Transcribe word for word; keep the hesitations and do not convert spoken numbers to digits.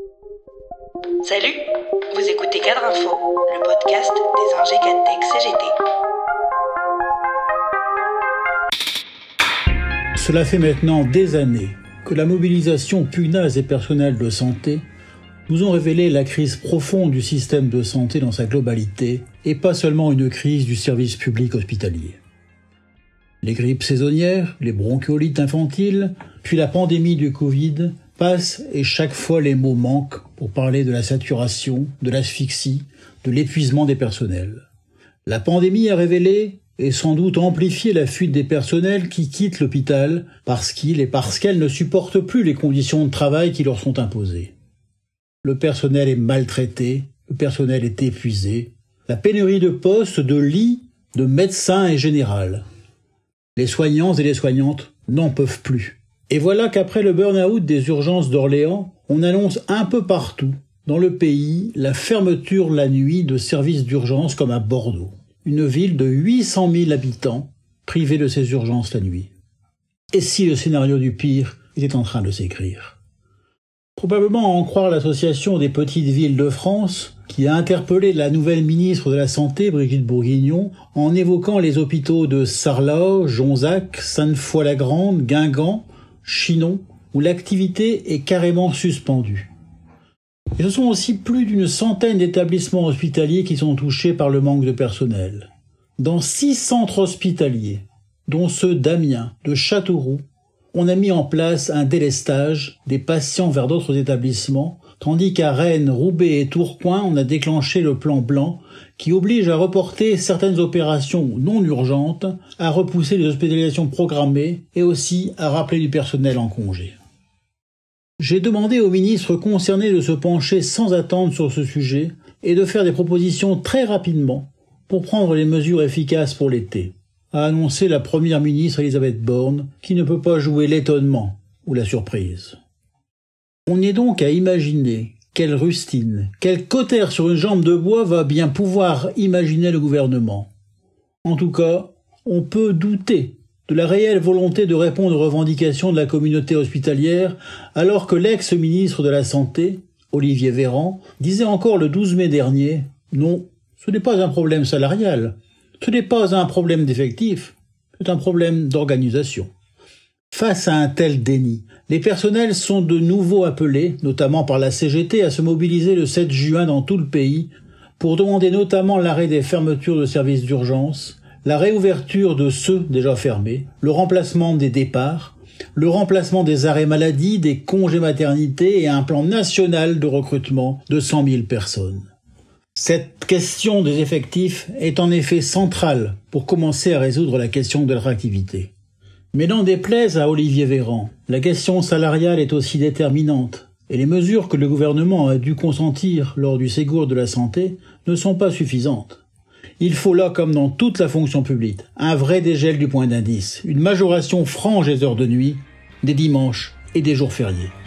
Salut, vous écoutez Cadre Info, le podcast des ingés Cadtech C G T. Cela fait maintenant des années que la mobilisation pugnace des personnels de santé nous ont révélé la crise profonde du système de santé dans sa globalité et pas seulement une crise du service public hospitalier. Les grippes saisonnières, les bronchiolites infantiles, puis la pandémie du Covid passent et chaque fois les mots manquent pour parler de la saturation, de l'asphyxie, de l'épuisement des personnels. La pandémie a révélé et sans doute amplifié la fuite des personnels qui quittent l'hôpital parce qu'ils et parce qu'elles ne supportent plus les conditions de travail qui leur sont imposées. Le personnel est maltraité, le personnel est épuisé, la pénurie de postes, de lits, de médecins est générale. Les soignants et les soignantes n'en peuvent plus. Et voilà qu'après le burn-out des urgences d'Orléans, on annonce un peu partout dans le pays la fermeture la nuit de services d'urgence comme à Bordeaux, une ville de huit cent mille habitants privée de ses urgences la nuit. Et si le scénario du pire était en train de s'écrire ? Probablement à en croire l'association des petites villes de France, qui a interpellé la nouvelle ministre de la Santé, Brigitte Bourguignon, en évoquant les hôpitaux de Sarlat, Jonzac, Sainte-Foy-la-Grande, Guingamp, Chinon, où l'activité est carrément suspendue. Et ce sont aussi plus d'une centaine d'établissements hospitaliers qui sont touchés par le manque de personnel. Dans six centres hospitaliers, dont ceux d'Amiens, de Châteauroux, on a mis en place un délestage des patients vers d'autres établissements, tandis qu'à Rennes, Roubaix et Tourcoing, on a déclenché le plan blanc qui oblige à reporter certaines opérations non urgentes, à repousser les hospitalisations programmées et aussi à rappeler du personnel en congé. J'ai demandé aux ministres concernés de se pencher sans attendre sur ce sujet et de faire des propositions très rapidement pour prendre les mesures efficaces pour l'été, a annoncé la première ministre Elisabeth Borne, qui ne peut pas jouer l'étonnement ou la surprise. On est donc à imaginer quelle rustine, quel cautère sur une jambe de bois va bien pouvoir imaginer le gouvernement. En tout cas, on peut douter de la réelle volonté de répondre aux revendications de la communauté hospitalière, alors que l'ex-ministre de la Santé, Olivier Véran, disait encore le douze mai dernier « Non, ce n'est pas un problème salarial. Ce n'est pas un problème d'effectif, c'est un problème d'organisation. » Face à un tel déni, les personnels sont de nouveau appelés, notamment par la C G T, à se mobiliser le sept juin dans tout le pays pour demander notamment l'arrêt des fermetures de services d'urgence, la réouverture de ceux déjà fermés, le remplacement des départs, le remplacement des arrêts maladie, des congés maternité et un plan national de recrutement de cent mille personnes. Cette question des effectifs est en effet centrale pour commencer à résoudre la question de l'attractivité. Mais n'en déplaise à Olivier Véran, la question salariale est aussi déterminante, et les mesures que le gouvernement a dû consentir lors du Ségur de la santé ne sont pas suffisantes. Il faut là, comme dans toute la fonction publique, un vrai dégel du point d'indice, une majoration franche des heures de nuit, des dimanches et des jours fériés.